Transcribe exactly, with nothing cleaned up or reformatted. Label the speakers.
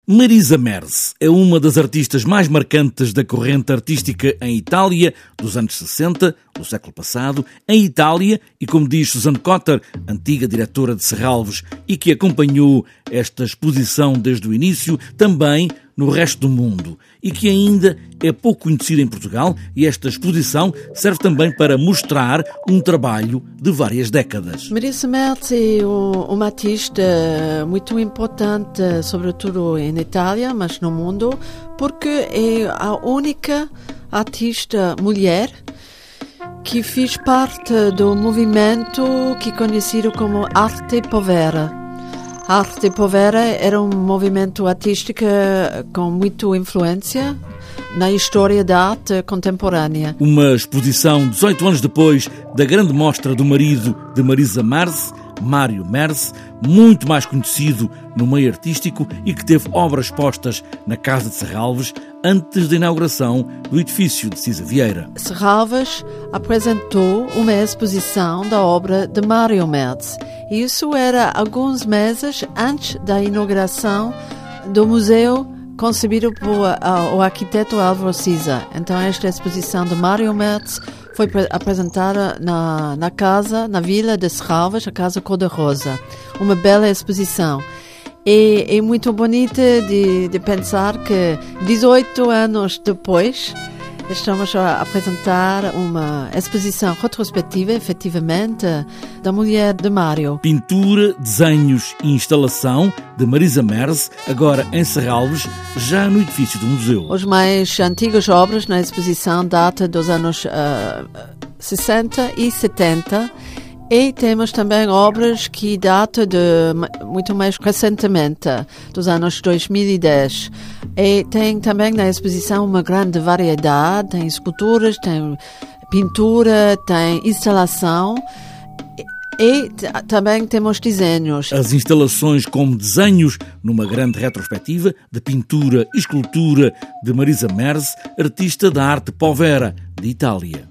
Speaker 1: Marisa Merz é uma das artistas mais marcantes da corrente artística em Itália dos anos sessenta, do século passado, em Itália, e como diz Suzanne Cotter, antiga diretora de Serralves e que acompanhou esta exposição desde o início, também no resto do mundo, e que ainda é pouco conhecida em Portugal, e esta exposição serve também para mostrar um trabalho de várias décadas.
Speaker 2: Marisa Merz é uma artista muito importante, sobretudo em Itália, mas no mundo, porque é a única artista mulher que fez parte do movimento que é conhecido como Arte Povera. A Arte Povera era um movimento artístico com muita influência na história da arte contemporânea.
Speaker 1: Uma exposição dezoito anos depois da grande mostra do marido de Marisa Merz, Mário Merz, muito mais conhecido no meio artístico e que teve obras expostas na Casa de Serralves antes da inauguração do edifício de Cisa Vieira.
Speaker 2: Serralves apresentou uma exposição da obra de Mário Merz. Isso era alguns meses antes da inauguração do museu concebido por uh, o arquiteto Álvaro Siza. Então esta exposição de Mário Merz foi apresentada na, na casa, na vila de Serralves, a Casa Cor-de-Rosa. Uma bela exposição. E é muito bonita de, de pensar que dezoito anos depois estamos a apresentar uma exposição retrospectiva, efetivamente, da mulher de Mário.
Speaker 1: Pintura, desenhos e instalação de Marisa Merz, agora em Serralves, já no edifício do museu.
Speaker 2: As mais antigas obras na exposição datam dos anos uh, sessenta e setenta, e temos também obras que datam de muito mais recentemente, dos anos dois mil e dez. E tem também na exposição uma grande variedade, tem esculturas, tem pintura, tem instalação e também temos desenhos.
Speaker 1: As instalações como desenhos numa grande retrospectiva de pintura e escultura de Marisa Merz, artista da Arte Povera de Itália.